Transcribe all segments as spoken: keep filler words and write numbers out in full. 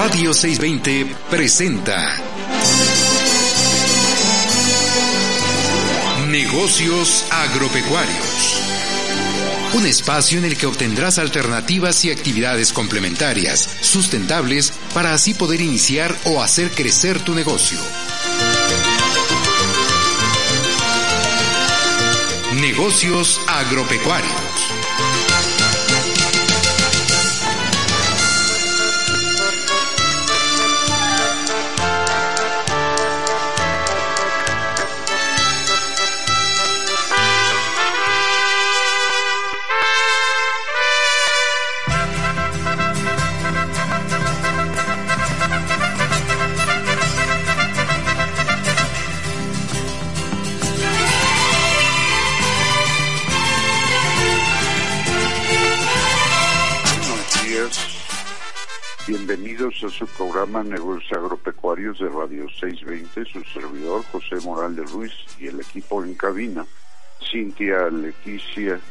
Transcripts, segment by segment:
Radio seiscientos veinte presenta Negocios Agropecuarios. Un espacio en el que obtendrás alternativas y actividades complementarias, sustentables, para así poder iniciar o hacer crecer tu negocio. Negocios Agropecuarios. Bienvenidos a su programa Negocios Agropecuarios de Radio seiscientos veinte, su servidor José Morales Ruiz y el equipo en cabina, Cintia Leticia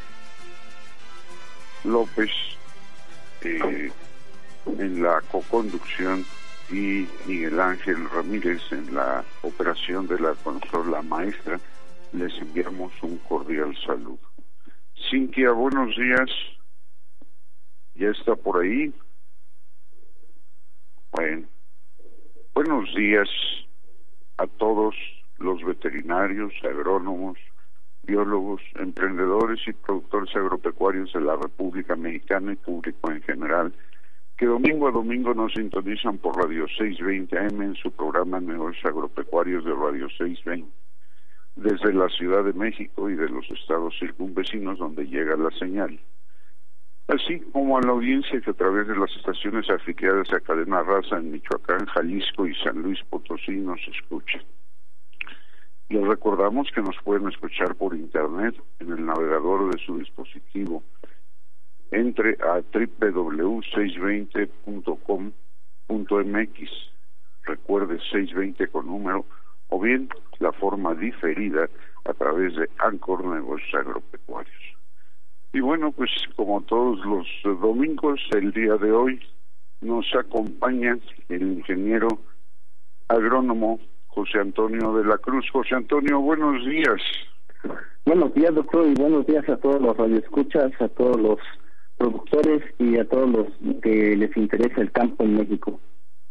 López eh, en la coconducción y Miguel Ángel Ramírez en la operación de la consola maestra. Les enviamos un cordial saludo. Cintia, buenos días. ¿Ya está por ahí? Bueno, buenos días a todos los veterinarios, agrónomos, biólogos, emprendedores y productores agropecuarios de la República Mexicana y público en general, que domingo a domingo nos sintonizan por Radio seiscientos veinte A M en su programa Negocios Agropecuarios de Radio seiscientos veinte, desde la Ciudad de México y de los estados circunvecinos donde llega la señal, así como a la audiencia que a través de las estaciones afiliadas a Cadena Raza en Michoacán, Jalisco y San Luis Potosí nos escucha. Les recordamos que nos pueden escuchar por internet en el navegador de su dispositivo. Entre a doble u doble u doble u punto seiscientos veinte punto com punto m x, recuerde seiscientos veinte con número, o bien la forma diferida a través de Anchor Negocios Agropecuarios. Y bueno, pues como todos los domingos, el día de hoy nos acompaña el ingeniero agrónomo José Antonio de la Cruz. José Antonio, buenos días. Buenos días, doctor, y buenos días a todos los radioescuchas, a todos los productores y a todos los que les interesa el campo en México.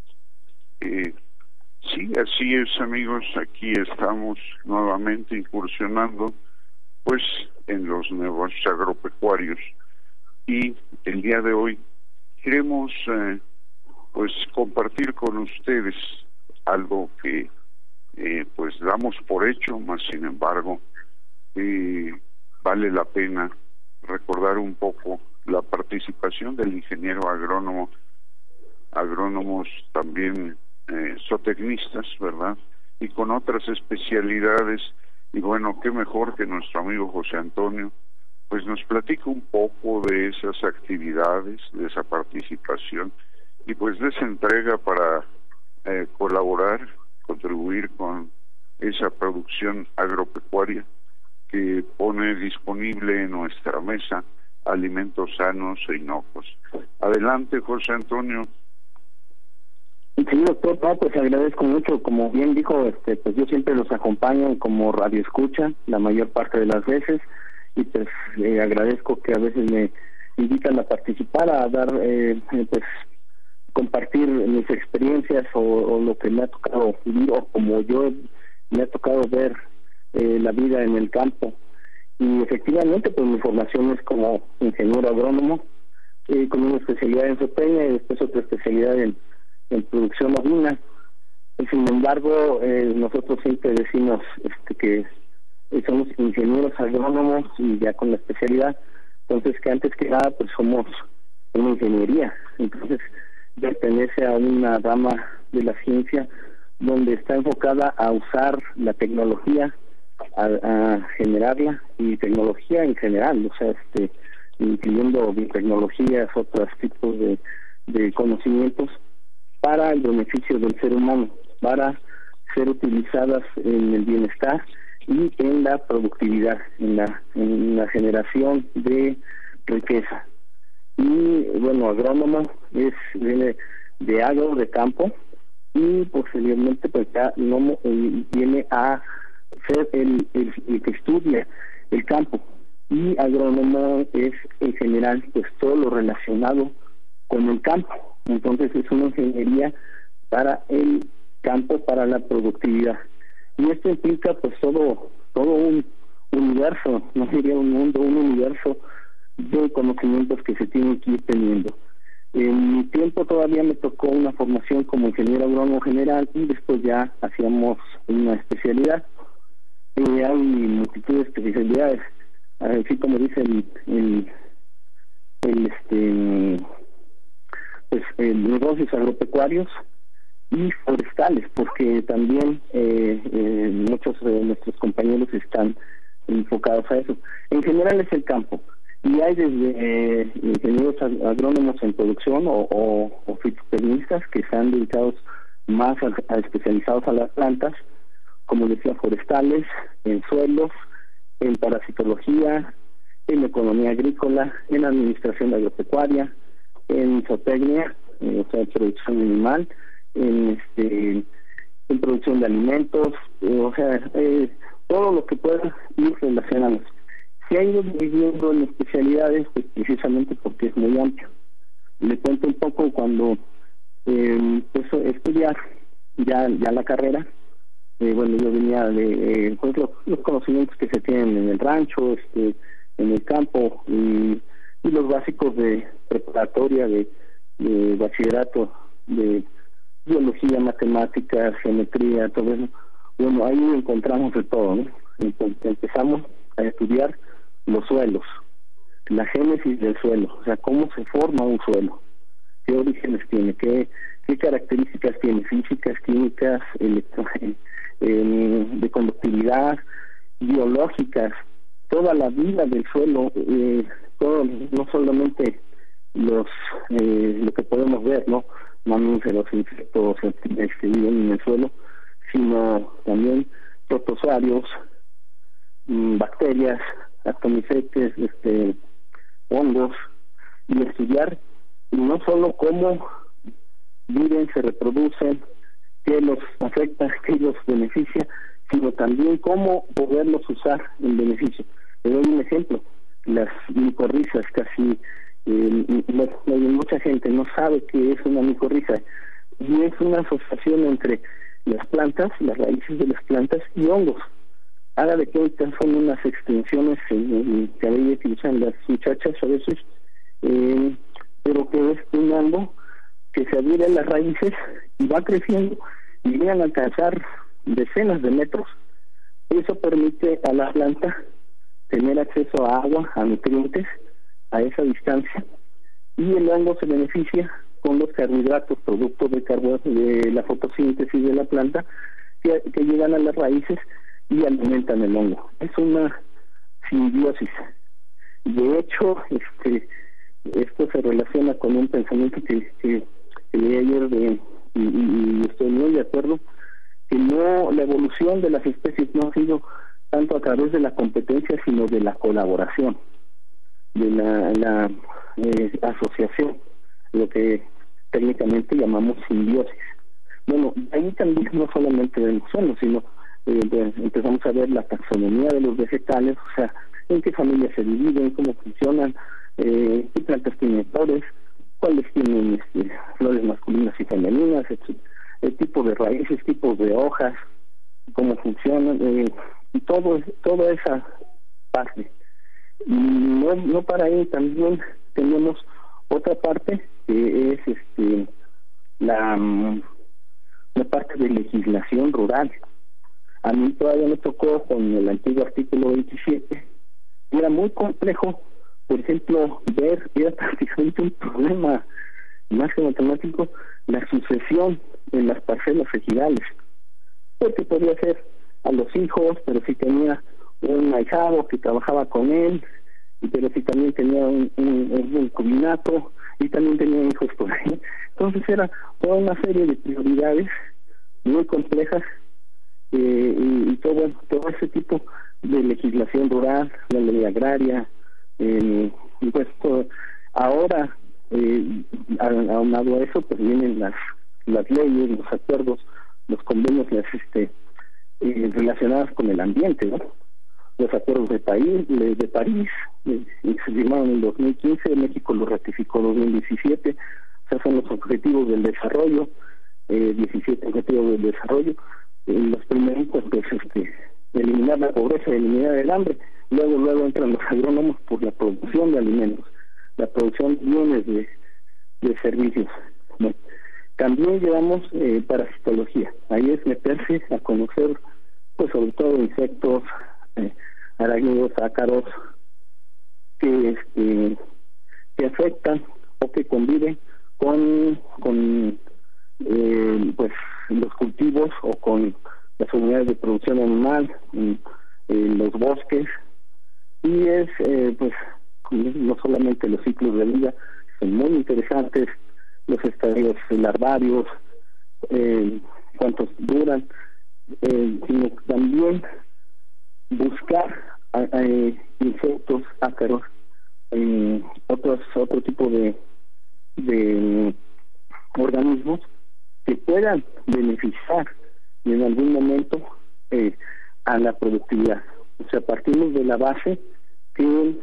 Eh, sí, así es, amigos, aquí estamos nuevamente incursionando pues en los negocios agropecuarios, y el día de hoy queremos eh, pues compartir con ustedes algo que eh, pues damos por hecho, más sin embargo eh, vale la pena recordar un poco la participación del ingeniero agrónomo, agrónomos también eh, zootecnistas, ¿verdad? Y con otras especialidades. Y bueno, qué mejor que nuestro amigo José Antonio pues nos platique un poco de esas actividades, de esa participación y pues de esa entrega para eh, colaborar, contribuir con esa producción agropecuaria que pone disponible en nuestra mesa alimentos sanos e inocuos. Adelante, José Antonio. Sí, doctor, no, pues agradezco mucho, como bien dijo, este, pues yo siempre los acompaño como radioescucha la mayor parte de las veces, y pues eh, agradezco que a veces me invitan a participar, a dar, eh, pues compartir mis experiencias o, o lo que me ha tocado vivir, o como yo me ha tocado ver eh, la vida en el campo. Y efectivamente, pues mi formación es como ingeniero agrónomo, eh, con una especialidad en zootecnia y después otra especialidad en en producción ovina. Sin embargo, eh, nosotros siempre decimos este, que somos ingenieros agrónomos y ya con la especialidad, entonces que antes que nada pues somos una ingeniería, entonces pertenece a una rama de la ciencia donde está enfocada a usar la tecnología, a, a generarla, y tecnología en general, o sea, este, incluyendo biotecnologías, otros tipos de, de conocimientos, para el beneficio del ser humano, para ser utilizadas en el bienestar y en la productividad, en la, en la generación de riqueza. Y bueno, agrónomo es viene de agro de campo, y posteriormente pues ya no eh, viene a ser el, el, el que estudia el campo, y agrónomo es en general pues todo lo relacionado con el campo. Entonces es una ingeniería para el campo, para la productividad, y esto implica pues todo todo un universo, no diría un mundo, un universo de conocimientos que se tienen que ir teniendo. En mi tiempo todavía me tocó una formación como ingeniero agrónomo general, y después ya hacíamos una especialidad. Eh, hay multitud de especialidades, así como dice el, el, el este pues el negocios agropecuarios y forestales, porque también eh, eh, muchos de nuestros compañeros están enfocados a eso. En general es el campo, y hay desde eh, ingenieros agrónomos en producción o, o, o fitotecnistas que están dedicados más a, a especializados a las plantas, como decía, forestales, en suelos, en parasitología, en economía agrícola, en administración agropecuaria, en zootecnia, eh, o sea, producción animal, en este en producción de alimentos, eh, o sea, eh, todo lo que pueda ir relacionado. Se ha ido dividiendo en especialidades pues, precisamente porque es muy amplio. Le cuento un poco cuando eh, eso, estudiar ya ya la carrera. Eh, bueno, yo venía de eh, pues, los, los conocimientos que se tienen en el rancho, este, en el campo, y, y los básicos de preparatoria, de, de bachillerato, de biología, matemáticas, geometría, todo eso. Bueno, ahí encontramos de todo, ¿no? Entonces, empezamos a estudiar los suelos, la génesis del suelo, o sea, cómo se forma un suelo, qué orígenes tiene, qué, qué características tiene, físicas, químicas, electro, eh, de conductividad, biológicas, toda la vida del suelo, eh, todo, no solamente los eh, lo que podemos ver, ¿no? Mamíferos, insectos, reptiles que viven en el suelo, sino también protozoarios, mmm, bacterias, actomicetes, este, hongos, y estudiar no solo cómo viven, se reproducen, qué los afecta, qué los beneficia, sino también cómo poderlos usar en beneficio. Le doy un ejemplo: las micorrizas, casi eh, no, no, mucha gente no sabe qué es una micorriza, y es una asociación entre las plantas, las raíces de las plantas y hongos. Haga de cuenta, son unas extensiones en el cabello que usan las muchachas a veces, eh, pero que es un hongo que se adhiere a las raíces y va creciendo y llegan a alcanzar decenas de metros. Eso permite a la planta tener acceso a agua, a nutrientes, a esa distancia, y el hongo se beneficia con los carbohidratos, productos de, carbo de la fotosíntesis de la planta, que, que llegan a las raíces y alimentan el hongo. Es una simbiosis. De hecho, este esto se relaciona con un pensamiento que, que, que leí ayer de, y, y, y estoy muy de acuerdo, que no, la evolución de las especies no ha sido tanto a través de la competencia, sino de la colaboración, de la, la eh, asociación, lo que técnicamente llamamos simbiosis. Bueno, ahí también no solamente del suelo, sino eh, de, empezamos a ver la taxonomía de los vegetales, o sea, en qué familias se dividen, cómo funcionan, eh, qué plantas tienen flores, cuáles tienen este, flores masculinas y femeninas, etcétera, el tipo de raíces, tipos de hojas, cómo funcionan, eh, y todo toda esa parte. Y no, no para ahí, también tenemos otra parte que es este la, la parte de legislación rural. A mí todavía me tocó con el antiguo artículo veintisiete, y era muy complejo, por ejemplo, ver, era prácticamente un problema más que matemático, la sucesión en las parcelas ejidales, porque podía ser a los hijos, pero si tenía un ahijado que trabajaba con él, pero si también tenía un, un, un concubinato, y también tenía hijos por ahí. Entonces era toda una serie de prioridades muy complejas, eh, y, y todo todo ese tipo de legislación rural, la ley agraria, eh, y pues todo. Ahora eh, aunado a eso, pues vienen las las leyes, los acuerdos, los convenios, las este eh, relacionadas con el ambiente, ¿no? Los acuerdos de París, de, de París eh, se firmaron en dos mil quince, México lo ratificó en dos mil diecisiete, o sea, son los objetivos del desarrollo, eh, diecisiete objetivos del desarrollo. Eh, los primeros, pues, pues este, eliminar la pobreza, eliminar el hambre. Luego, luego entran los agrónomos por la producción de alimentos, la producción de bienes, de, de servicios. Bueno, también llevamos eh, parasitología. Ahí es meterse a conocer, pues, sobre todo insectos, eh, arácnidos, ácaros, que este, que afectan o que conviven con con eh, pues los cultivos o con las unidades de producción animal, en, en los bosques, y es eh, pues no solamente los ciclos de vida son muy interesantes, los estadios larvarios, eh, cuántos duran, eh, sino también buscar a, a, insectos, ácaros, eh, otros otro tipo de de organismos que puedan beneficiar en algún momento eh, a la productividad. O sea, partimos de la base que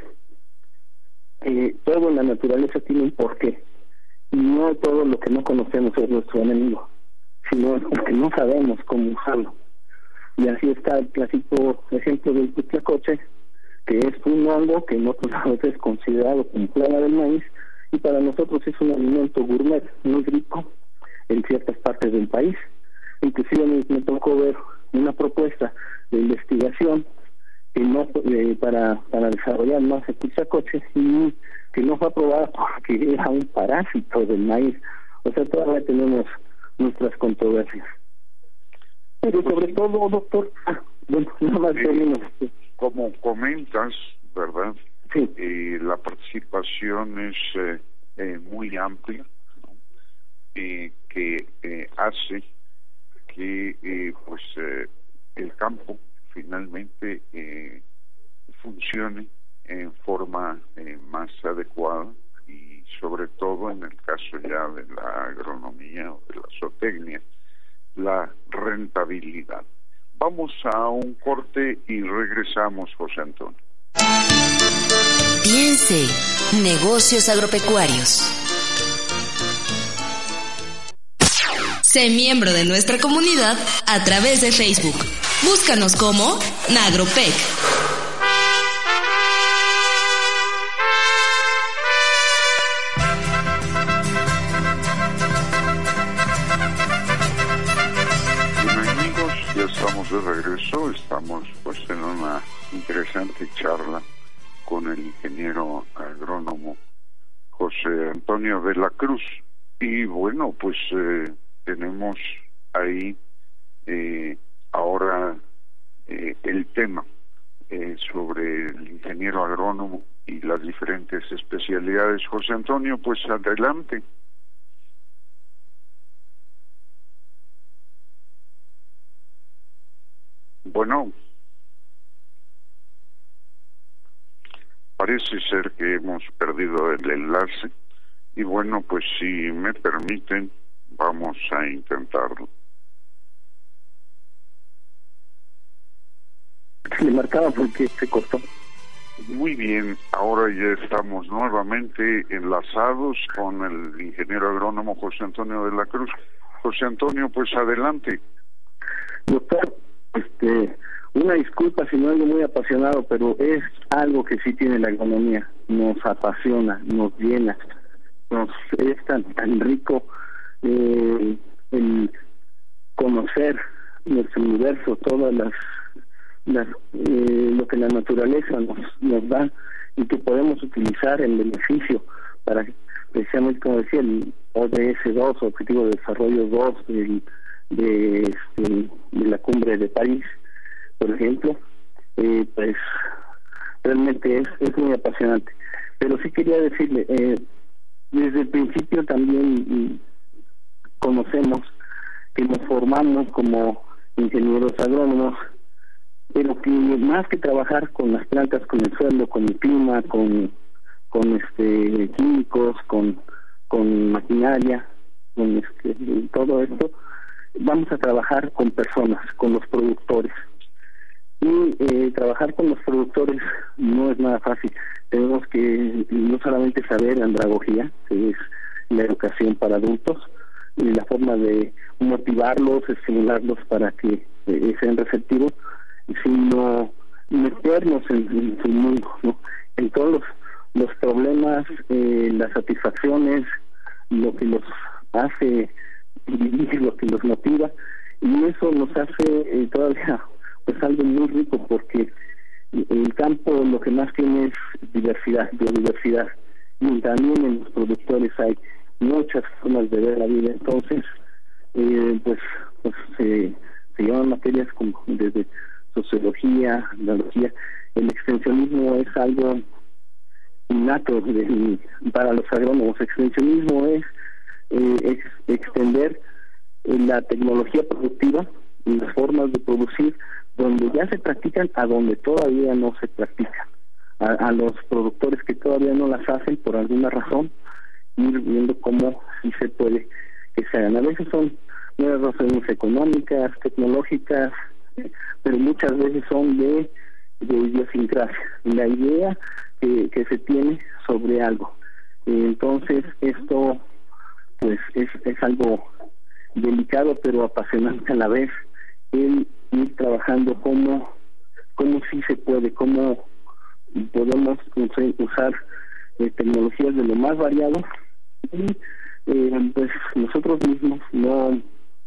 eh, todo en la naturaleza tiene un porqué, y no todo lo que no conocemos es nuestro enemigo, sino porque no sabemos cómo usarlo. Y así está el clásico ejemplo del huitlacoche, que es un hongo que en otros lados es considerado como plaga del maíz, y para nosotros es un alimento gourmet muy rico en ciertas partes del país. Inclusive me, me tocó ver una propuesta de investigación que no eh, para para desarrollar más el huitlacoche, y que no fue aprobada porque era un parásito del maíz. O sea, todavía tenemos nuestras controversias. Pero sobre todo, doctor, ah, bueno, nada más termino. Como comentas, ¿verdad? Sí. Eh, la participación es eh, eh, muy amplia, ¿no? eh, que eh, hace que eh, pues eh, el campo finalmente eh, funcione en forma eh, más adecuada, y sobre todo en el caso ya de la agronomía o de la zootecnia, la rentabilidad. Vamos a un corte y regresamos, José Antonio. Piense, negocios agropecuarios. Sé miembro de nuestra comunidad a través de Facebook. Búscanos como Nagropec. De regreso, estamos pues en una interesante charla con el ingeniero agrónomo José Antonio de la Cruz, y bueno, pues eh, tenemos ahí eh, ahora eh, el tema eh, sobre el ingeniero agrónomo y las diferentes especialidades. José Antonio, pues adelante. Bueno, parece ser que hemos perdido el enlace, y bueno, pues si me permiten, vamos a intentarlo. Se marcaba porque se cortó. Muy bien, ahora ya estamos nuevamente enlazados con el ingeniero agrónomo José Antonio de la Cruz. José Antonio, pues adelante. Doctor, Este, una disculpa si no es algo muy apasionado, pero es algo que sí tiene la agronomía, nos apasiona, nos llena, nos es tan, tan rico eh, el conocer nuestro universo, todas las, las eh, lo que la naturaleza nos, nos da, y que podemos utilizar en beneficio para, precisamente como decía, el O D S dos, Objetivo de Desarrollo dos, el de, este, de la cumbre de París, por ejemplo, eh, pues realmente es, es muy apasionante. Pero sí quería decirle, eh, desde el principio también mm, conocemos que nos formamos como ingenieros agrónomos, pero que más que trabajar con las plantas, con el suelo, con el clima, con con este químicos, con con maquinaria, con este, todo esto. Vamos a trabajar con personas, con los productores. Y eh, trabajar con los productores no es nada fácil. Tenemos que no solamente saber andragogía, que es la educación para adultos, y la forma de motivarlos, estimularlos para que eh, sean receptivos, sino meternos en, en su mundo, ¿no? En todos los, los problemas, eh, las satisfacciones, lo que los hace vivir, lo que los motiva, y eso nos hace eh, todavía pues algo muy rico, porque el campo lo que más tiene es diversidad, biodiversidad, y también en los productores hay muchas formas de ver la vida. Entonces eh, pues, pues se, se llaman materias como desde sociología, biología. El extensionismo es algo innato de, para los agrónomos. Extensionismo es eh, ex, extender eh, la tecnología productiva y las formas de producir donde ya se practican a donde todavía no se practican, a, a los productores que todavía no las hacen por alguna razón, ir viendo cómo sí se puede que se hagan. A veces son nuevas razones económicas, tecnológicas, pero muchas veces son de, de idiosincrasia, la idea que, que se tiene sobre algo. Entonces esto pues es, es algo delicado pero apasionante a la vez, el ir trabajando cómo, cómo sí se puede, cómo podemos usar eh, tecnologías de lo más variado y eh, pues nosotros mismos no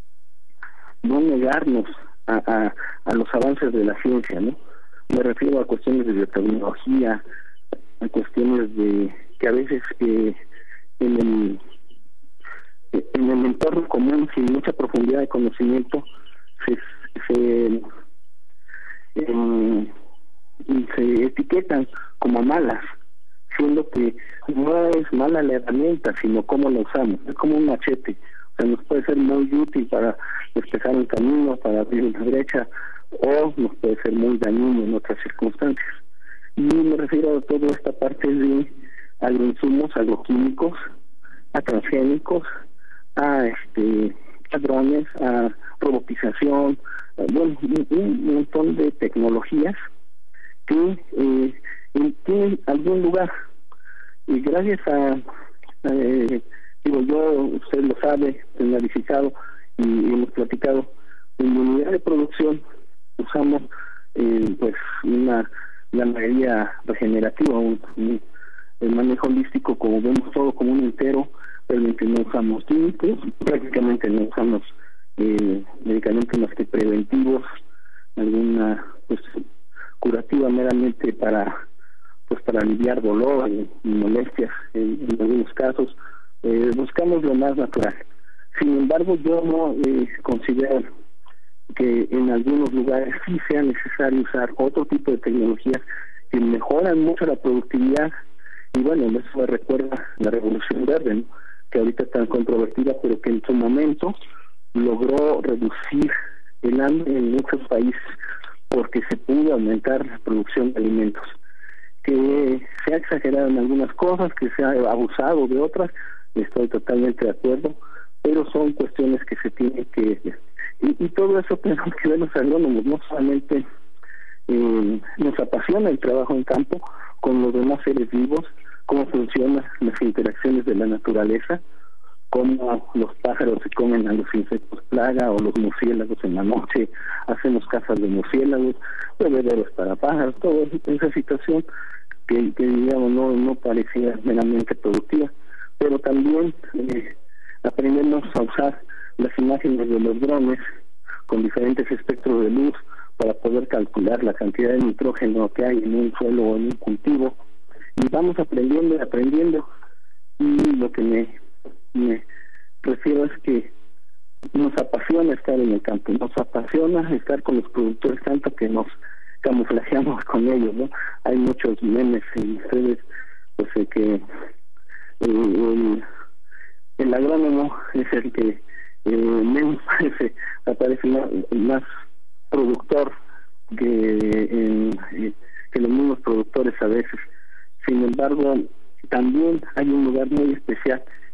no negarnos a, a, a los avances de la ciencia, ¿no? Me refiero a cuestiones de biotecnología, a cuestiones de que a veces eh, en el en el entorno común, sin mucha profundidad de conocimiento, se se, eh, se etiquetan como malas, siendo que no es mala la herramienta, sino cómo la usamos. Es como un machete, o sea, nos puede ser muy útil para despejar un camino, para abrir una brecha, o nos puede ser muy dañino en otras circunstancias. Y me refiero a toda esta parte de agroinsumos, agroquímicos, a transgénicos, a este a drones, a robotización, a, bueno, un, un montón de tecnologías que eh, tienen algún lugar. Y gracias a, a eh, digo yo, usted lo sabe, analizado y, y hemos platicado, en la unidad de producción usamos eh, pues una ganadería regenerativa, un, un, el manejo holístico, como vemos todo como un entero. Realmente no usamos químicos, prácticamente no usamos eh, medicamentos más que preventivos, alguna pues curativa meramente para pues para aliviar dolor y, y molestias en, en algunos casos. Eh, buscamos lo más natural. Sin embargo, yo no eh, considero que en algunos lugares sí sea necesario usar otro tipo de tecnologías que mejoran mucho la productividad. Y bueno, eso me recuerda la Revolución Verde, ¿no?, que ahorita está tan controvertida, pero que en su momento logró reducir el hambre en muchos países porque se pudo aumentar la producción de alimentos. Que se ha exagerado en algunas cosas, que se ha abusado de otras, estoy totalmente de acuerdo, pero son cuestiones que se tienen que... Y, y todo eso tenemos que ver los agrónomos, no solamente eh, nos apasiona el trabajo en campo con los demás seres vivos, cómo funcionan las interacciones de la naturaleza, cómo los pájaros se comen a los insectos plaga o los murciélagos en la noche, hacemos casas de murciélagos, bebederos para pájaros, toda esa situación que, que digamos no, no parecía meramente productiva, pero también eh, aprendemos a usar las imágenes de los drones con diferentes espectros de luz para poder calcular la cantidad de nitrógeno que hay en un suelo o en un cultivo. Y vamos aprendiendo y aprendiendo, y lo que me, me refiero es que nos apasiona estar en el campo, nos apasiona estar con los productores, tanto que nos camuflajeamos con ellos, ¿no? Hay muchos memes en ustedes, pues eh, que eh, el, el agrónomo es el que eh, menos parece, aparece más, más productor que, eh, que los mismos productores a veces. Sin embargo, también hay un lugar muy especial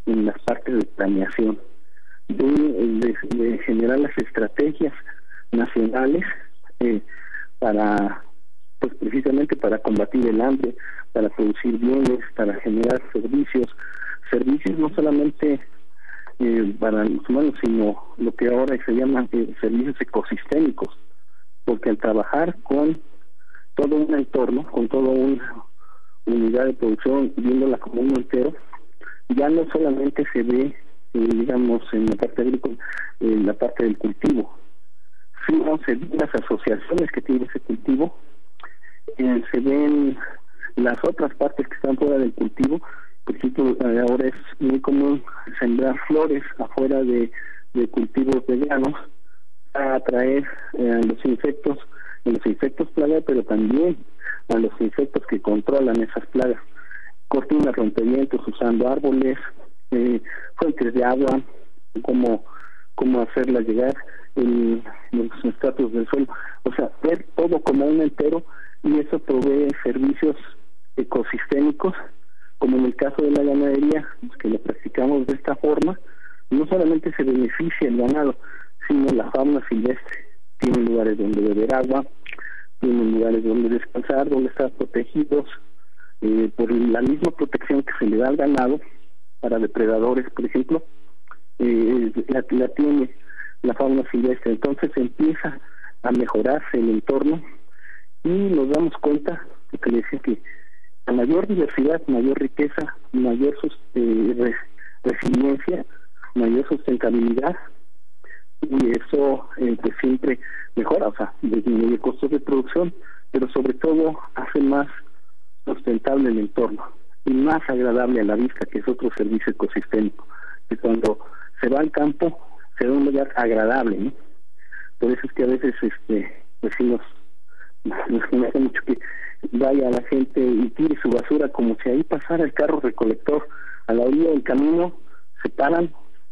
en las partes de planeación, de, de, de generar las estrategias nacionales eh, para, pues precisamente para combatir el hambre, para producir bienes, para generar servicios, servicios no solamente eh, para los humanos, sino lo que ahora se llama eh, servicios ecosistémicos, porque al trabajar con todo un entorno, con toda una unidad de producción, viéndola como un entero, ya no solamente se ve, eh, digamos, en la parte agrícola, en la parte del cultivo, sino se ven las asociaciones que tiene ese cultivo, eh, se ven las otras partes que están fuera del cultivo. Por ejemplo, ahora es muy común sembrar flores afuera de, de cultivos de granos para atraer eh, a los insectos, a los insectos plaga, pero también a los insectos que controlan esas plagas. Cortinas rompevientos usando árboles, eh, fuentes de agua, cómo, cómo hacerlas llegar, en los estratos del suelo, o sea, ver todo como un entero, y eso provee servicios ecosistémicos, como en el caso de la ganadería, que lo practicamos de esta forma. No solamente se beneficia el ganado, sino la fauna silvestre. Tienen lugares donde beber agua, tienen lugares donde descansar, donde estar protegidos eh, por la misma protección que se le da al ganado para depredadores, por ejemplo, eh, la, la tiene la fauna silvestre. Entonces empieza a mejorarse el entorno y nos damos cuenta de que le decía que a mayor diversidad, mayor riqueza, mayor eh, res, resiliencia, mayor sustentabilidad, y eso eh, pues siempre mejora, o sea, disminuye costos de producción, pero sobre todo hace más sustentable el entorno y más agradable a la vista, que es otro servicio ecosistémico, que cuando se va al campo se da un lugar agradable, ¿no? Por eso es que a veces este pues sí nos, nos, nos hace mucho que vaya la gente y tire su basura como si ahí pasara el carro recolector a la orilla del camino, se paran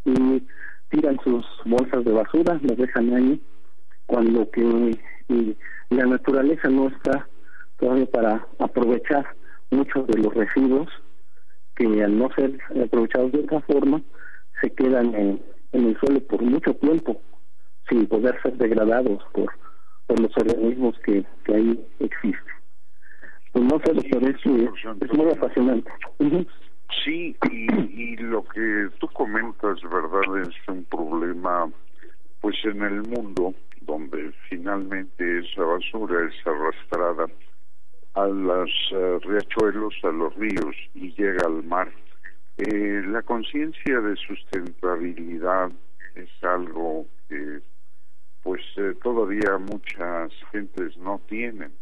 y tiran sus bolsas de basura, las dejan ahí, cuando que y, la naturaleza no está todavía para aprovechar muchos de los residuos que al no ser aprovechados de otra forma se quedan en, en el suelo por mucho tiempo sin poder ser degradados por, por los organismos que, que ahí existen. Pues no sé, doctor, es, es muy apasionante. Uh-huh. Sí, y, y lo que tú comentas, ¿verdad?, es un problema pues en el mundo donde finalmente esa basura es arrastrada a los uh, riachuelos, a los ríos y llega al mar. Eh, la conciencia de sustentabilidad es algo que pues eh, todavía muchas gentes no tienen,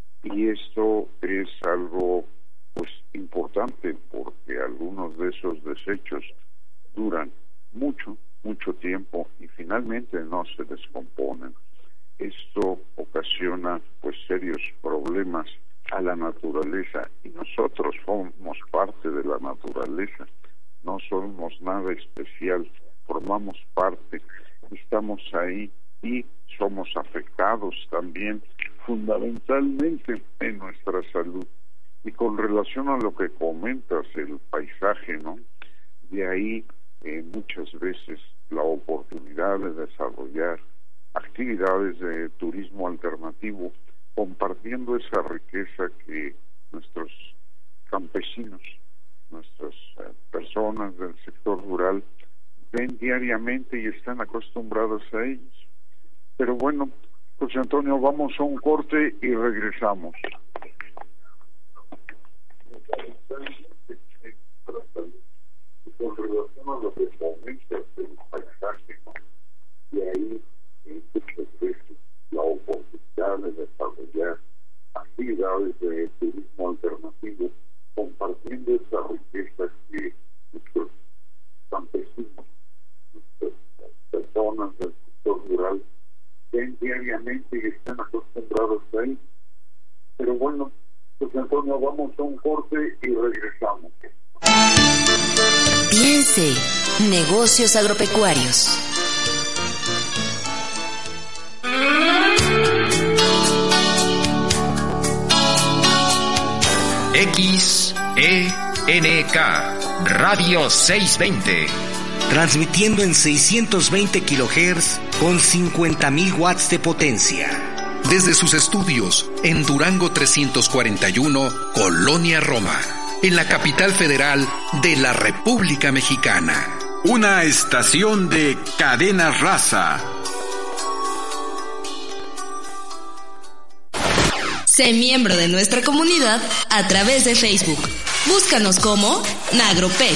y esto es algo pues importante porque algunos de esos desechos duran mucho, mucho tiempo y finalmente no se descomponen. Esto ocasiona pues serios problemas a la naturaleza, y nosotros somos parte de la naturaleza, no somos nada especial, formamos parte, estamos ahí y somos afectados también fundamentalmente en nuestra salud. Y con relación a lo que comentas, el paisaje, ¿no? De ahí eh, muchas veces la oportunidad de desarrollar actividades de turismo alternativo, compartiendo esa riqueza que nuestros campesinos, nuestras eh, personas del sector rural ven diariamente y están acostumbrados a ellos. Pero bueno, José Antonio, vamos a un corte y regresamos. Con relación a lo que comentas del paisaje, ¿no? Y ahí muchas veces la oportunidad de desarrollar actividades de turismo alternativo, compartiendo esa riqueza que nuestros campesinos, nuestras personas del sector rural ven diariamente y están acostumbrados a ello. Pero bueno, José Antonio, vamos a un corte y regresamos. Piense, negocios agropecuarios. X E N K Radio seiscientos veinte. Transmitiendo en seiscientos veinte kilohertz con cincuenta mil watts de potencia. Desde sus estudios en Durango trescientos cuarenta y uno, Colonia Roma, en la capital federal de la República Mexicana. Una estación de Cadena Raza. Sé miembro de nuestra comunidad a través de Facebook. Búscanos como Nagropec.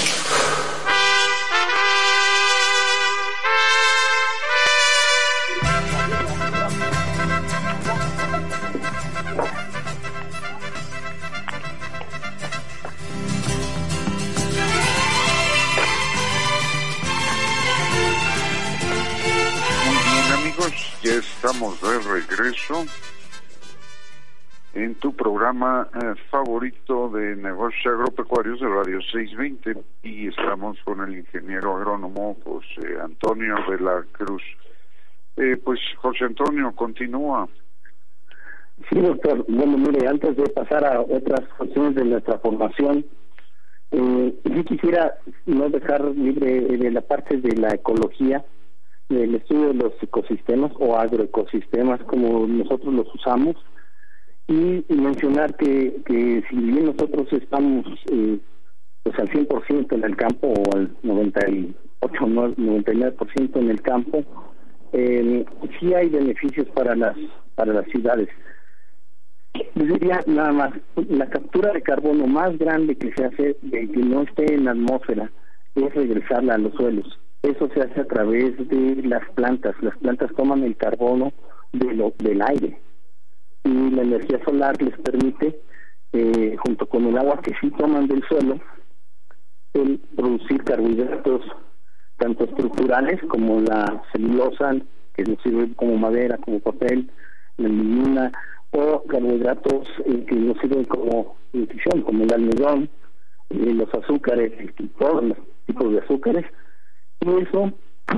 Muy bien, amigos, ya estamos de regreso en tu programa eh, favorito de negocios agropecuarios de Radio seiscientos veinte, y estamos con el ingeniero agrónomo José Antonio de la Cruz. Eh, pues José Antonio, continúa. Sí, doctor. Bueno, mire, antes de pasar a otras cuestiones de nuestra formación, eh, yo quisiera no dejar libre de la parte de la ecología, del estudio de los ecosistemas o agroecosistemas, como nosotros los usamos, y, y mencionar que, que si bien nosotros estamos eh, pues al cien por ciento en el campo, o al noventa y ocho, noventa y nueve por ciento en el campo, eh, sí hay beneficios para las para las ciudades. Yo diría nada más, la captura de carbono más grande que se hace de que no esté en la atmósfera es regresarla a los suelos. Eso se hace a través de las plantas. Las plantas toman el carbono de lo, del aire, y la energía solar les permite, eh, junto con el agua que sí toman del suelo, el producir carbohidratos tanto estructurales como la celulosa, que nos sirve como madera, como papel, la lignina, o carbohidratos eh, que nos sirven como nutrición, como el almidón, eh, los azúcares, todos los tipos de azúcares, y eso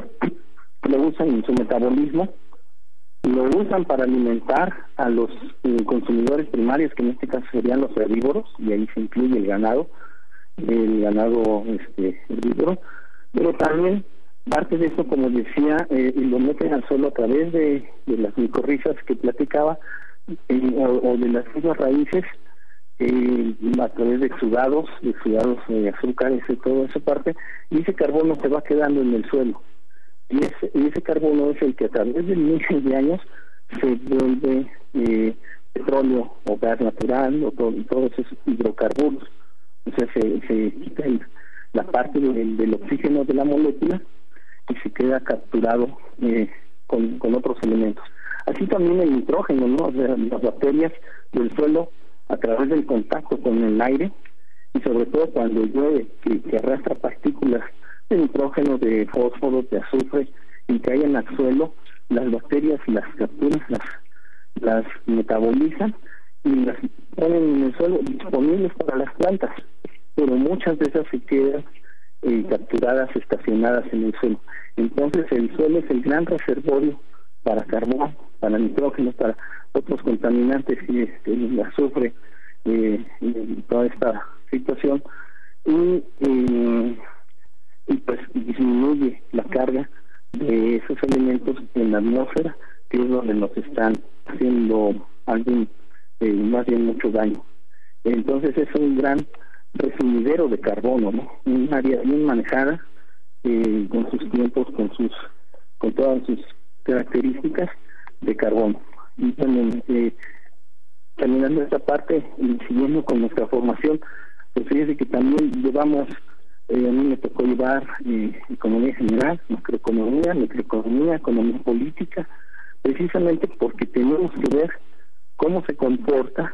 lo usan en su metabolismo, lo usan para alimentar a los eh, consumidores primarios, que en este caso serían los herbívoros, y ahí se incluye el ganado, el ganado este, herbívoro, pero también parte de eso, como decía, eh, lo meten al suelo a través de, de las micorrizas que platicaba, eh, o, o de las mismas raíces, eh, a través de exudados, de exudados de azúcares y toda esa parte, y ese carbono se va quedando en el suelo. Y ese, y ese carbono es el que a través de miles de años se vuelve eh, petróleo o gas natural, o todo, todos esos hidrocarburos. O sea, se, se quita el, la parte del, del oxígeno de la molécula y se queda capturado eh, con, con otros elementos. Así también el nitrógeno, ¿no? O sea, las bacterias del suelo, a través del contacto con el aire, y sobre todo cuando llueve, que, que arrastra partículas de nitrógeno, de fósforo, de azufre, y caen al suelo, las bacterias las capturan, las, las metabolizan y las ponen en el suelo disponibles para las plantas, pero muchas de esas se quedan eh, capturadas, estacionadas en el suelo. Entonces el suelo es el gran reservorio para carbón, para nitrógeno, para otros contaminantes, y este, el azufre, eh, y toda esta situación, y eh, y pues disminuye la carga de esos elementos en la atmósfera, que es donde nos están haciendo algún, eh, más bien mucho daño. Entonces es un gran resumidero de carbono, ¿no? Un área bien manejada, eh, con sus tiempos, con sus, con todas sus características de carbono. Y también, eh, terminando esta parte y siguiendo con nuestra formación, pues fíjese que también llevamos, Eh, a mí me tocó llevar eh, economía general, macroeconomía, microeconomía, economía política, precisamente porque tenemos que ver cómo se comporta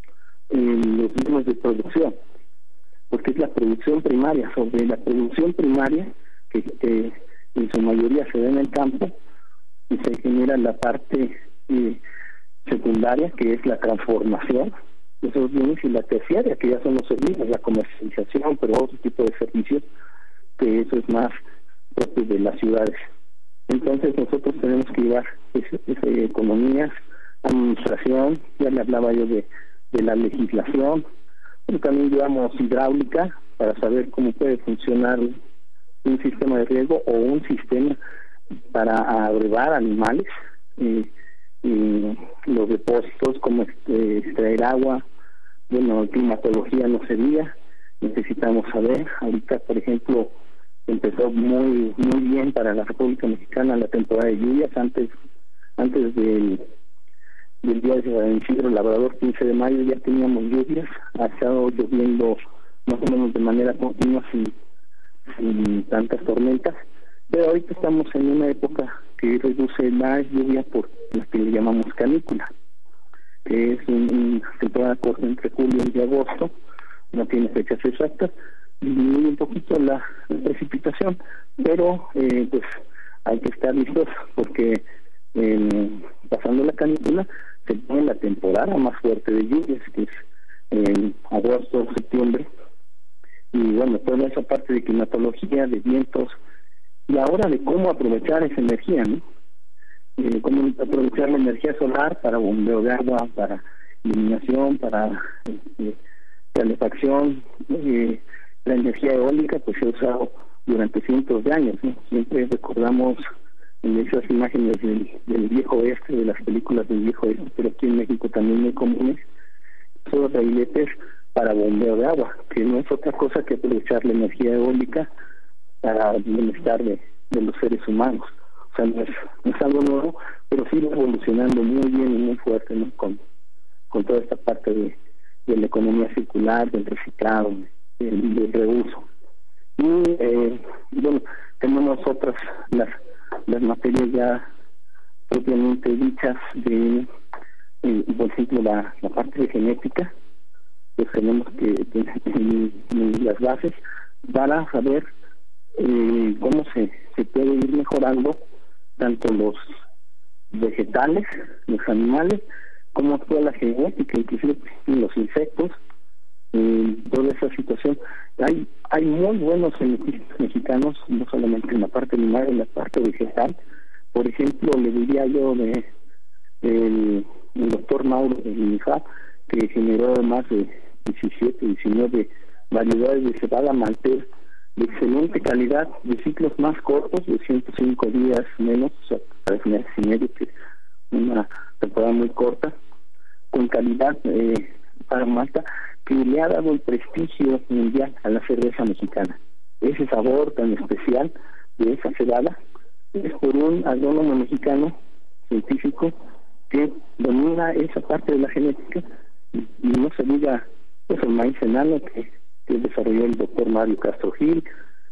eh, los medios de producción, porque es la producción primaria. Sobre la producción primaria, que, que en su mayoría se da en el campo, y se genera la parte eh, secundaria, que es la transformación de esos bienes, y la terciaria, que ya son los servicios, la comercialización, pero otro tipo de servicios, que eso es más propio de las ciudades. Entonces nosotros tenemos que llevar esa, esa economía, administración, ya le hablaba yo de, de la legislación, pero también llevamos hidráulica, para saber cómo puede funcionar un sistema de riego o un sistema para abrevar animales, eh, y los depósitos, cómo este, extraer agua. Bueno, climatología no sería, necesitamos saber. Ahorita, por ejemplo, empezó muy muy bien para la República Mexicana la temporada de lluvias. Antes antes del, del día de San Isidro Labrador, quince de mayo, ya teníamos lluvias. Ha estado lloviendo más o menos de manera continua, sin, sin tantas tormentas, pero ahorita estamos en una época que reduce la lluvia por la que le llamamos canícula, que es una temporada corta entre julio y agosto, no tiene fechas exactas, disminuye un poquito la, la precipitación, pero eh, pues hay que estar listos porque eh, pasando la canícula se pone la temporada más fuerte de lluvias, que es en agosto, septiembre, y bueno, toda esa parte de climatología, de vientos, y ahora de cómo aprovechar esa energía, ¿no? Eh, cómo aprovechar la energía solar para bombeo de agua, para iluminación, para eh, calefacción. Eh, la energía eólica pues se ha usado durante cientos de años, ¿no? Siempre recordamos en esas imágenes del, del viejo oeste, de las películas del viejo oeste, pero aquí en México también muy comunes, esos reiletes para bombeo de agua, que no es otra cosa que aprovechar la energía eólica para el bienestar de, de los seres humanos. O sea, no es, no es algo nuevo, pero sí va evolucionando muy bien y muy fuerte, ¿no? Con, con toda esta parte de, de la economía circular, del reciclado, del, del reuso. Y eh, bueno, tenemos otras, las, las materias ya propiamente dichas de, eh, por ejemplo, la, la parte de genética, pues tenemos que tener las bases para saber eh, cómo se, se puede ir mejorando tanto los vegetales, los animales, como toda la genética, inclusive los insectos, eh, toda esa situación. Hay hay muy buenos genetistas mexicanos, no solamente en la parte animal, en la parte vegetal. Por ejemplo, le diría yo de el, el doctor Mauro de INIFAP, que generó más de diecisiete, diecinueve variedades de cebada maltés de excelente calidad, de ciclos más cortos, de ciento cinco días menos, o sea, tres meses y medio, que una temporada muy corta, con calidad eh, para Malta, que le ha dado el prestigio mundial a la cerveza mexicana. Ese sabor tan especial de esa cebada es por un agrónomo mexicano, científico, que domina esa parte de la genética, y, y no se diga pues, el maíz enano que, que desarrolló el doctor Mario Castro Gil.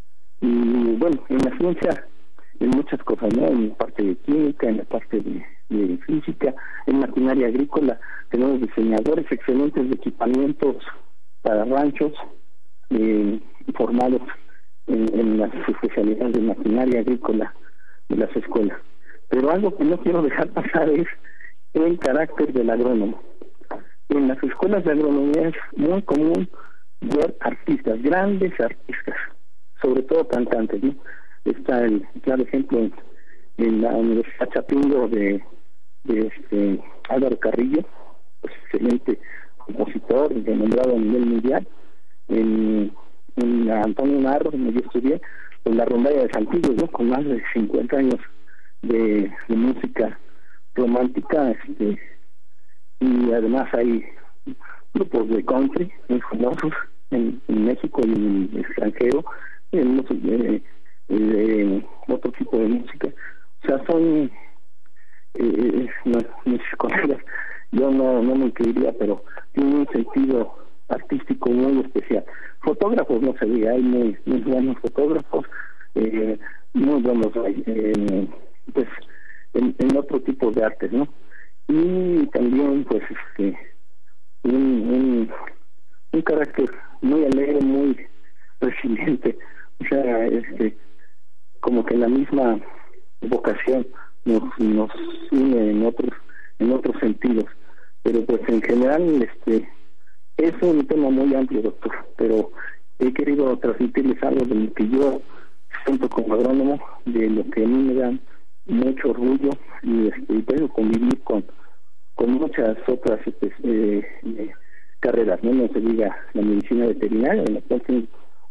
Y bueno, en la ciencia, en muchas cosas, ¿no? En la parte de química, en la parte de, de física, en maquinaria agrícola, tenemos diseñadores excelentes de equipamientos para ranchos, eh, formados en, en las especialidades de maquinaria agrícola de las escuelas. Pero algo que no quiero dejar pasar es el carácter del agrónomo. En las escuelas de agronomía es muy común ver artistas, grandes artistas, sobre todo cantantes, ¿no? Está el claro ejemplo en, en la Universidad Chapingo de, de este Álvaro Carrillo, pues, excelente compositor, renombrado a nivel mundial. En, en Antonio Narro, donde yo estudié, pues la rondalla de Saltillo, ¿no? Con más de cincuenta años de, de música romántica, este, y además hay grupos de country muy famosos en, en México y en el extranjero, en, eh, eh, otro tipo de música. O sea, son eh, no, mis colegas, yo no, no me incluiría, pero tiene un sentido artístico muy especial. Fotógrafos, no se diga, hay muy, muy buenos fotógrafos, eh, muy buenos eh, pues en, en otro tipo de artes, ¿no? Y también pues este un, un, un carácter muy alegre, muy resiliente, o sea, este como que la misma vocación nos, nos une en otros en otros sentidos, pero pues en general este es un tema muy amplio, doctor, pero he querido transmitirles algo de lo que yo siento como agrónomo, de lo que a mí me da mucho orgullo, y este y puedo convivir con con muchas otras este, eh, eh, carreras, ¿no? No se diga la medicina veterinaria, en la cual tengo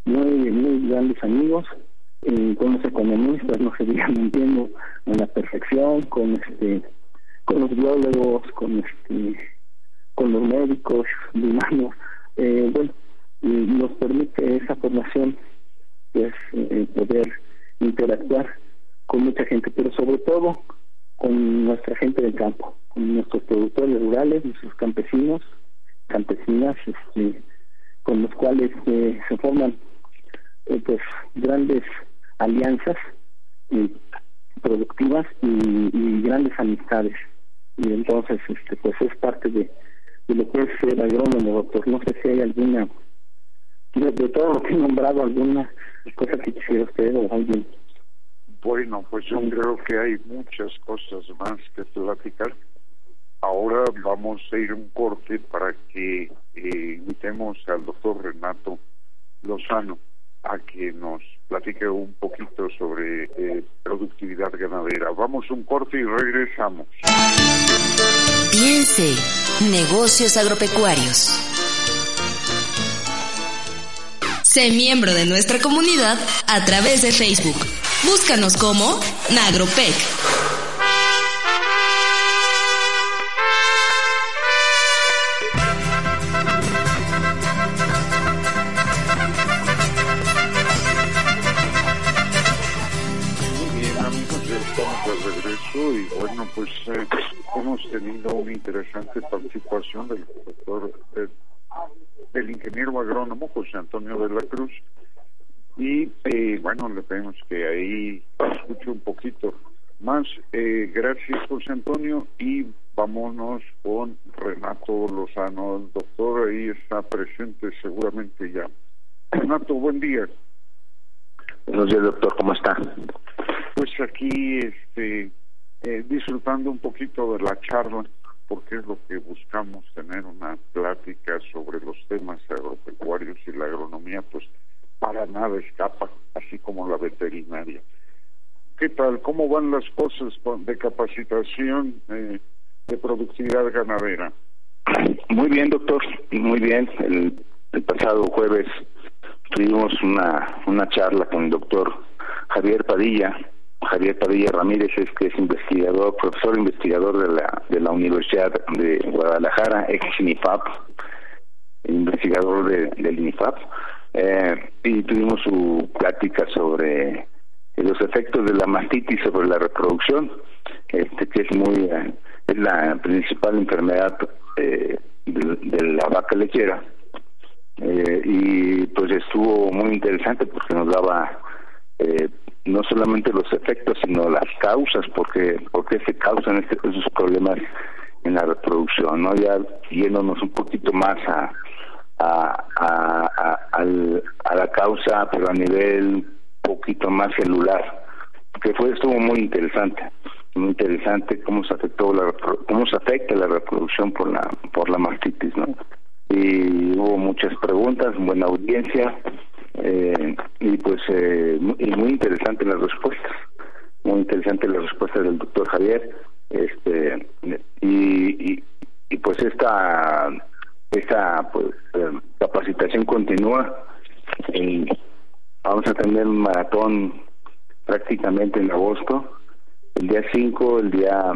muy, muy grandes amigos, eh, con los economistas nos seguían mintiendo en la perfección, con este, con los biólogos, con este, con los médicos humanos, eh, bueno, y nos permite esa formación, pues, eh, poder interactuar con mucha gente, pero sobre todo con nuestra gente del campo, con nuestros productores rurales, nuestros campesinos, campesinas, este, con los cuales eh, se forman eh, pues grandes alianzas eh, productivas y, y grandes amistades, y entonces este pues es parte de, de lo que es el agrónomo, doctor. No sé si hay alguna, de, de todo lo que he nombrado, alguna cosa que quisiera usted o alguien. Bueno, pues yo creo que hay muchas cosas más que platicar. Ahora vamos a ir a un corte para que eh, invitemos al doctor Renato Lozano a que nos platique un poquito sobre eh, productividad ganadera. Vamos a un corte y regresamos. Piense, negocios agropecuarios. Sé miembro de nuestra comunidad a través de Facebook. Búscanos como Nagropec. Muy bien, amigos, ya estamos de regreso y bueno, pues eh, hemos tenido una interesante participación del doctor, eh, del ingeniero agrónomo José Antonio de la Cruz. Y eh, bueno, le pedimos que ahí escuche un poquito más. Eh, gracias, José Antonio, y vámonos con Renato Lozano. El doctor ahí está presente seguramente ya. Renato, buen día. Buenos días, doctor, ¿cómo está? Pues aquí este, eh, disfrutando un poquito de la charla, porque es lo que buscamos, tener una plática sobre los temas agropecuarios, y la agronomía pues para nada escapa, así como la veterinaria. ¿Qué tal? ¿Cómo van las cosas de capacitación eh, de productividad ganadera? Muy bien, doctor, muy bien. El, el pasado jueves tuvimos una una charla con el doctor Javier Padilla. Javier Padilla Ramírez es que es investigador, profesor investigador de la de la Universidad de Guadalajara, ex INIFAP, investigador de, del INIFAP. Eh, y tuvimos su plática sobre los efectos de la mastitis sobre la reproducción, este que es muy eh, es la principal enfermedad eh, de, de la vaca lechera, eh, y pues estuvo muy interesante porque nos daba eh, no solamente los efectos sino las causas, porque porque se causan este, esos problemas en la reproducción, ¿no? Ya yéndonos un poquito más a A, a, a, al, a la causa, pero a nivel poquito más celular, que fue estuvo muy interesante, muy interesante cómo se afectó la cómo se afecta la reproducción por la por la mastitis, ¿no? Y hubo muchas preguntas, buena audiencia, eh, y pues eh, y muy interesante las respuestas, muy interesante las respuestas del doctor Javier, este y y, y pues esta esta pues, eh, capacitación continúa, y vamos a tener un maratón prácticamente en agosto, el día cinco, el día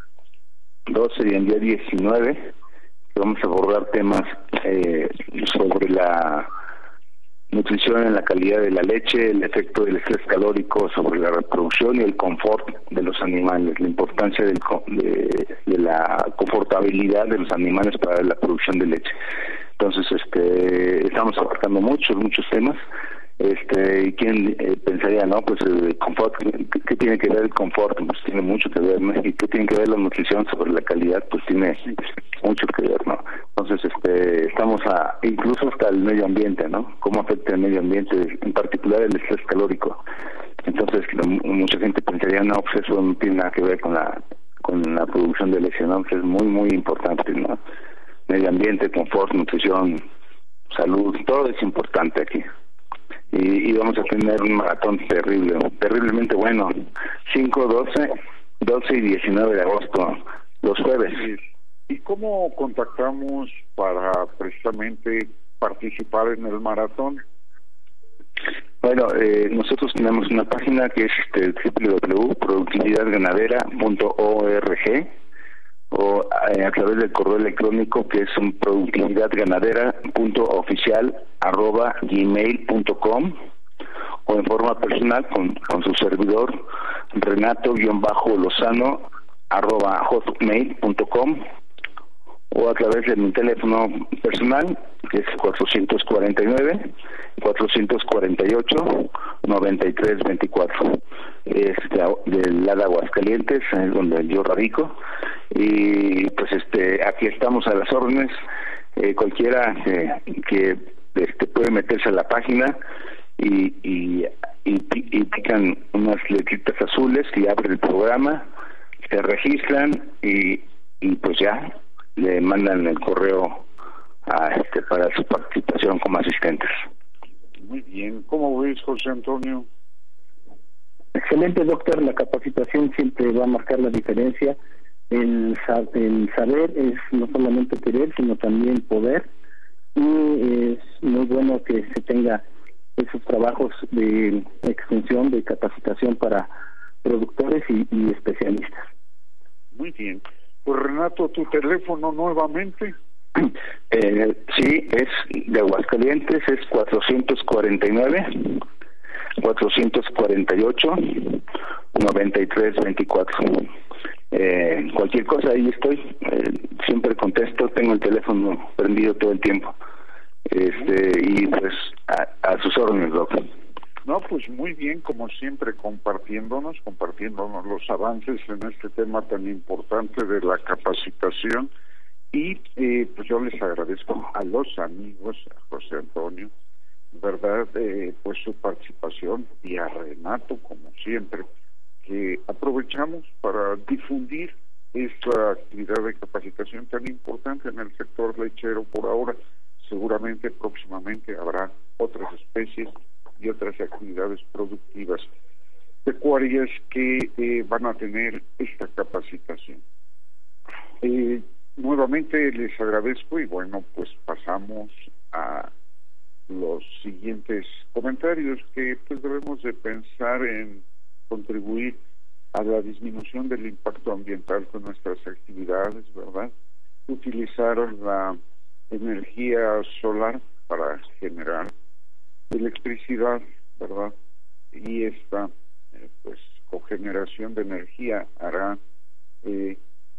doce y el día diecinueve, que vamos a abordar temas eh, sobre la nutrición en la calidad de la leche, el efecto del estrés calórico sobre la reproducción y el confort de los animales, la importancia del, de, de la confortabilidad de los animales para la producción de leche. Entonces, este, estamos abarcando muchos, muchos temas. Este, y quién eh, pensaría, ¿no? Pues el confort, ¿qué, ¿qué tiene que ver el confort? Pues tiene mucho que ver, ¿no? Y qué tiene que ver la nutrición sobre la calidad, pues tiene mucho que ver, ¿no? Entonces, este, estamos a, incluso hasta el medio ambiente, ¿no? Cómo afecta el medio ambiente, en particular el estrés calórico. Entonces, mucha gente pensaría, no, pues eso no tiene nada que ver con la, con la producción de leche, ¿no? Pues es muy, muy importante, ¿no? Medio ambiente, confort, nutrición, salud, todo es importante aquí. Y, y vamos a tener un maratón terrible, terriblemente bueno, cinco, doce, doce y diecinueve de agosto, los jueves. ¿Y cómo contactamos para precisamente participar en el maratón? Bueno, eh, nosotros tenemos una página que es este, doble u doble u doble u punto productividad ganadera punto org o eh, a través del correo electrónico que es un productividadganadera punto oficial arroba gmail punto com o en forma personal con, con su servidor Renato-Lozano arroba hotmail punto com o a través de mi teléfono personal que es cuatrocientos cuarenta y nueve, cuatrocientos cuarenta y ocho, noventa y tres veinticuatro. Es de, del lado de Aguascalientes, es donde yo radico, y pues este aquí estamos a las órdenes. Eh, cualquiera que, que este, puede meterse a la página y, y, y, y pican unas letritas azules y abre el programa, se registran y, y pues ya le mandan el correo a este para su participación como asistentes. Muy bien. ¿Cómo ves, José Antonio? Excelente, doctor. La capacitación siempre va a marcar la diferencia. El, el saber es no solamente querer, sino también poder. Y es muy bueno que se tenga esos trabajos de extensión, de capacitación para productores y, y especialistas. Muy bien. Pues Renato, tu teléfono nuevamente. Eh, sí, es de Aguascalientes, es cuatrocientos cuarenta y nueve, cuatrocientos cuarenta y ocho, noventa y tres veinticuatro. Eh, cualquier cosa, ahí estoy. Eh, siempre contesto, tengo el teléfono prendido todo el tiempo. Este y pues a, a sus órdenes, doctor. No, pues muy bien, como siempre, compartiéndonos, compartiéndonos los avances en este tema tan importante de la capacitación. Y eh, pues yo les agradezco a los amigos, a José Antonio, verdad, eh, pues su participación, y a Renato, como siempre, que aprovechamos para difundir esta actividad de capacitación tan importante en el sector lechero por ahora. Seguramente próximamente habrá otras especies y otras actividades productivas pecuarias que eh, van a tener esta capacitación. Eh, nuevamente les agradezco y bueno, pues pasamos a los siguientes comentarios que pues debemos de pensar en contribuir a la disminución del impacto ambiental con nuestras actividades, ¿verdad? Utilizar la energía solar para generar electricidad, ¿verdad? Y esta eh, pues cogeneración de energía hará eh,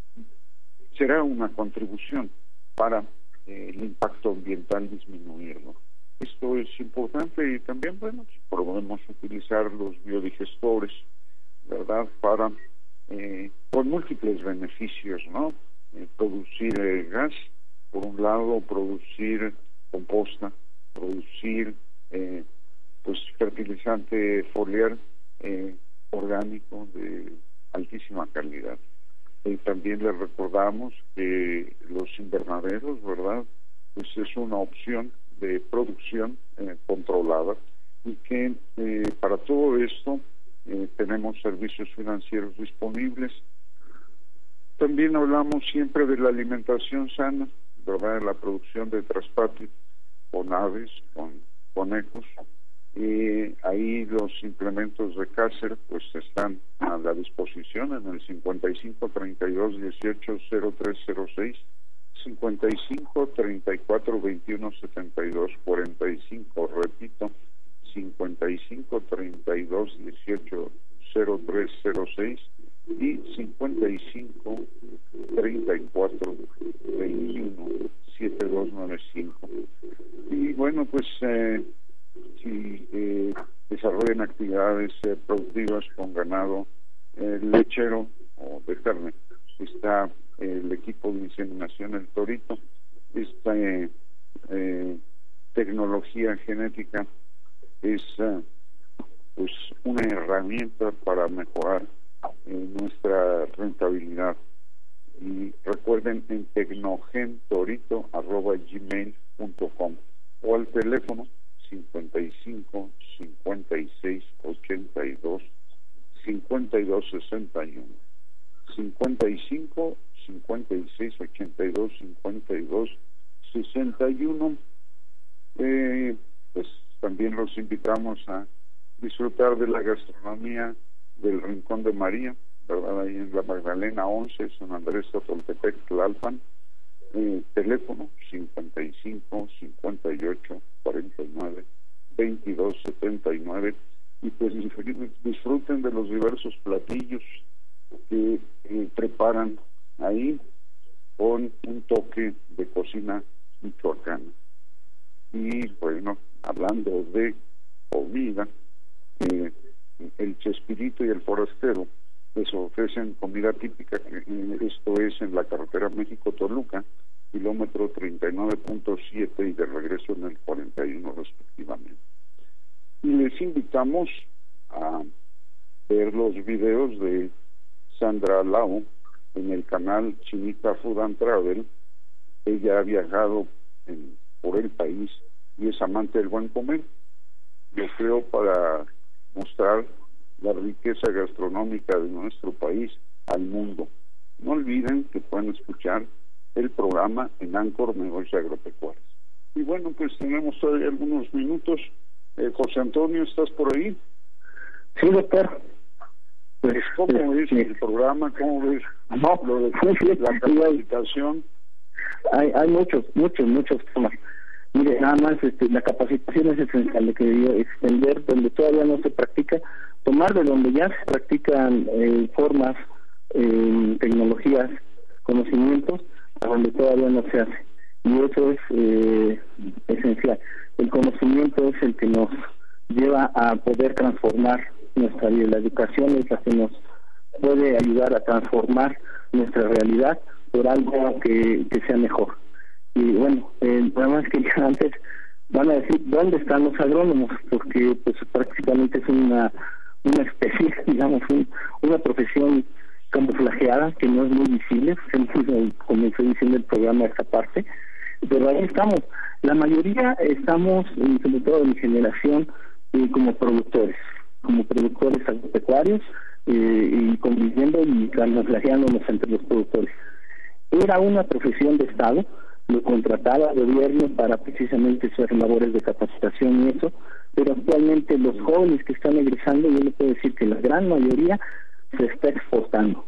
será una contribución para eh, el impacto ambiental disminuirlo. Esto es importante y también, bueno, podemos utilizar los biodigestores, ¿verdad? Para eh, con múltiples beneficios, ¿no? Eh, producir eh, gas, por un lado, producir composta, producir eh, pues fertilizante foliar eh, orgánico de altísima calidad. Y también les recordamos que los invernaderos, ¿verdad? Pues es una opción de producción eh, controlada y que eh, para todo esto eh, tenemos servicios financieros disponibles. También hablamos siempre de la alimentación sana, ¿verdad? La producción de traspatio con aves, con conejos. Y ahí los implementos de Cácer pues están a la disposición en el cincuenta y cinco, treinta y dos, dieciocho, cero tres cero seis, cincuenta y cinco, treinta y cuatro, veintiuno, setenta y dos, cuarenta y cinco, repito, cincuenta y cinco, treinta y dos, dieciocho, cero tres cero seis y cincuenta y cinco, treinta y cuatro, veintiuno, setenta y dos noventa y cinco. Y bueno, pues eh, si eh, desarrollan actividades eh, productivas con ganado eh, lechero o de carne, está eh, el equipo de inseminación El Torito. Esta eh, eh, tecnología genética es eh, pues una herramienta para mejorar eh, nuestra rentabilidad. Y recuerden en tecnogentorito arroba gmail punto com o al teléfono cincuenta y cinco, cincuenta y seis, ochenta y dos, cincuenta y dos, sesenta y uno, cincuenta y cinco, cincuenta y seis, ochenta y dos, cincuenta y dos, sesenta y uno. Eh, pues también los invitamos a disfrutar de la gastronomía del Rincón de María, ¿verdad? Ahí en la Magdalena once, San Andrés Totoltepec, Tlalpan. Eh, teléfono cincuenta y cinco, cincuenta y ocho, cuarenta y nueve, veintidós, setenta y nueve, y pues disfruten de los diversos platillos que eh, preparan ahí con un toque de cocina michoacana. Y bueno, hablando de comida, eh, el Chespirito y el Forastero les ofrecen comida típica, eh, esto es en la carretera México-Toluca, kilómetro treinta y nueve punto siete y de regreso en el cuarenta y uno respectivamente. Y les invitamos a ver los videos de Sandra Lau en el canal Chinita Food and Travel. Ella ha viajado en, por el país y es amante del buen comer. Yo creo para mostrar la riqueza gastronómica de nuestro país al mundo. No olviden que pueden escuchar el programa en Anchor Negocios Agropecuarios. Y bueno, pues tenemos todavía algunos minutos. Eh, José Antonio, ¿estás por ahí? Sí, doctor. Pues, ¿cómo ves sí. el programa? ¿Cómo ves no, lo de sí, sí, la capacitación? Hay, hay muchos, muchos, muchos temas. Mire, nada más este, la capacitación es esencial, de que extender donde todavía no se practica, tomar de donde ya se practican eh, formas, eh, tecnologías, conocimientos, a donde todavía no se hace. Y eso es eh, esencial. El conocimiento es el que nos lleva a poder transformar nuestra vida. La educación es la que nos puede ayudar a transformar nuestra realidad por algo que, que sea mejor. Y bueno, el problema es que ya antes van a decir dónde están los agrónomos, porque pues prácticamente es una una especie, digamos, un, una profesión camuflajeada que no es muy visible, como estoy diciendo el programa esta parte, pero ahí estamos. La mayoría estamos, sobre todo de mi generación, eh, como productores, como productores agropecuarios eh, y conviviendo y camuflajeándonos entre los productores. Era una profesión de Estado, lo contrataba el gobierno para precisamente hacer labores de capacitación y eso, pero actualmente los jóvenes que están egresando, yo le puedo decir que la gran mayoría se está exportando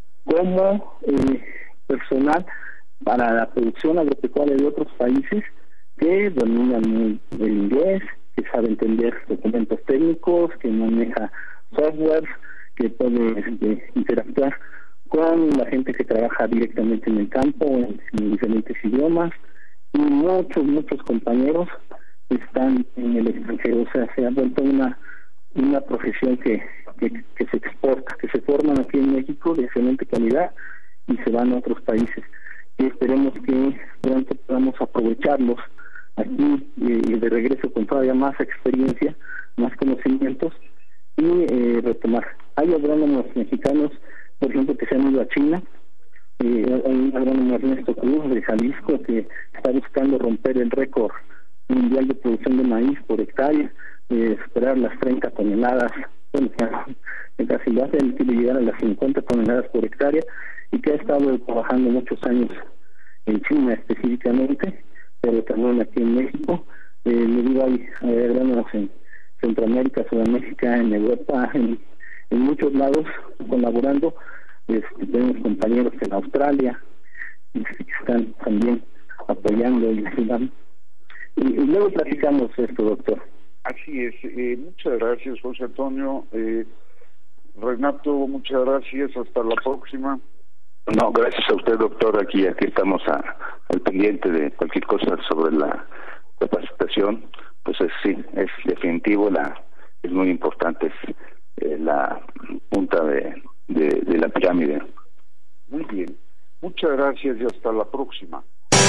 como eh, personal para la producción agropecuaria de otros países que dominan muy el inglés, que sabe entender documentos técnicos, que maneja software, que puede este, interactuar con la gente que trabaja directamente en el campo, en, en diferentes idiomas, y muchos, muchos compañeros están en el extranjero. O sea, se ha vuelto una una profesión que, que, que se exporta, que se forman aquí en México de excelente calidad y se van a otros países. Y esperemos que pronto podamos aprovecharlos aquí eh, de regreso con todavía más experiencia, más conocimientos y eh, retomar. Hay agrónomos mexicanos, por ejemplo, que se han ido a China. Eh, hay un agrónomo Ernesto Cruz de Jalisco que está buscando romper el récord mundial de producción de maíz por hectárea, eh, superar las treinta toneladas, bueno, que casi lo hace, él quiere llegar a las cincuenta toneladas por hectárea, y que ha estado trabajando muchos años en China específicamente, pero también aquí en México. Eh, le digo, hay, hay agrónomos en Centroamérica, Sudamérica, en Europa, en, en muchos lados colaborando. Este, tenemos compañeros en Australia este, que están también apoyando y ayudando. Y, y luego platicamos esto, doctor. Así es. Eh, muchas gracias, José Antonio. Eh, Renato, muchas gracias. Hasta la próxima. No, gracias a usted, doctor. Aquí aquí estamos a, al pendiente de cualquier cosa sobre la capacitación. Pues es, sí, es definitivo, la es muy importante, es eh, la punta de, de, de la pirámide. Muy bien. Muchas gracias y hasta la próxima.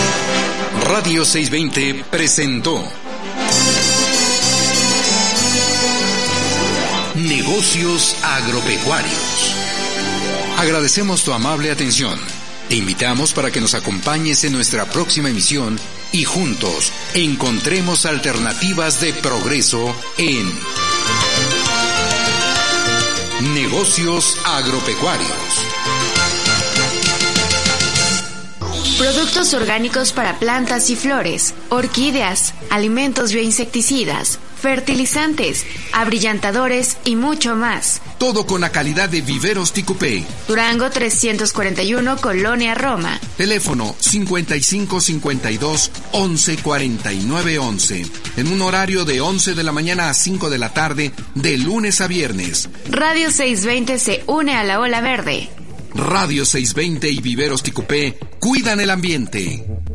Radio seiscientos veinte presentó Negocios Agropecuarios. Agradecemos tu amable atención. Te invitamos para que nos acompañes en nuestra próxima emisión y juntos encontremos alternativas de progreso en Negocios Agropecuarios. Productos orgánicos para plantas y flores, orquídeas, alimentos bioinsecticidas, fertilizantes, abrillantadores y mucho más. Todo con la calidad de Viveros Ticupé. Durango trescientos cuarenta y uno, Colonia Roma. Teléfono cincuenta y cinco cincuenta y dos once cuarenta y nueve once. En un horario de once de la mañana a cinco de la tarde, de lunes a viernes. Radio seiscientos veinte se une a la ola verde. Radio seiscientos veinte y Viveros Ticupé cuidan el ambiente.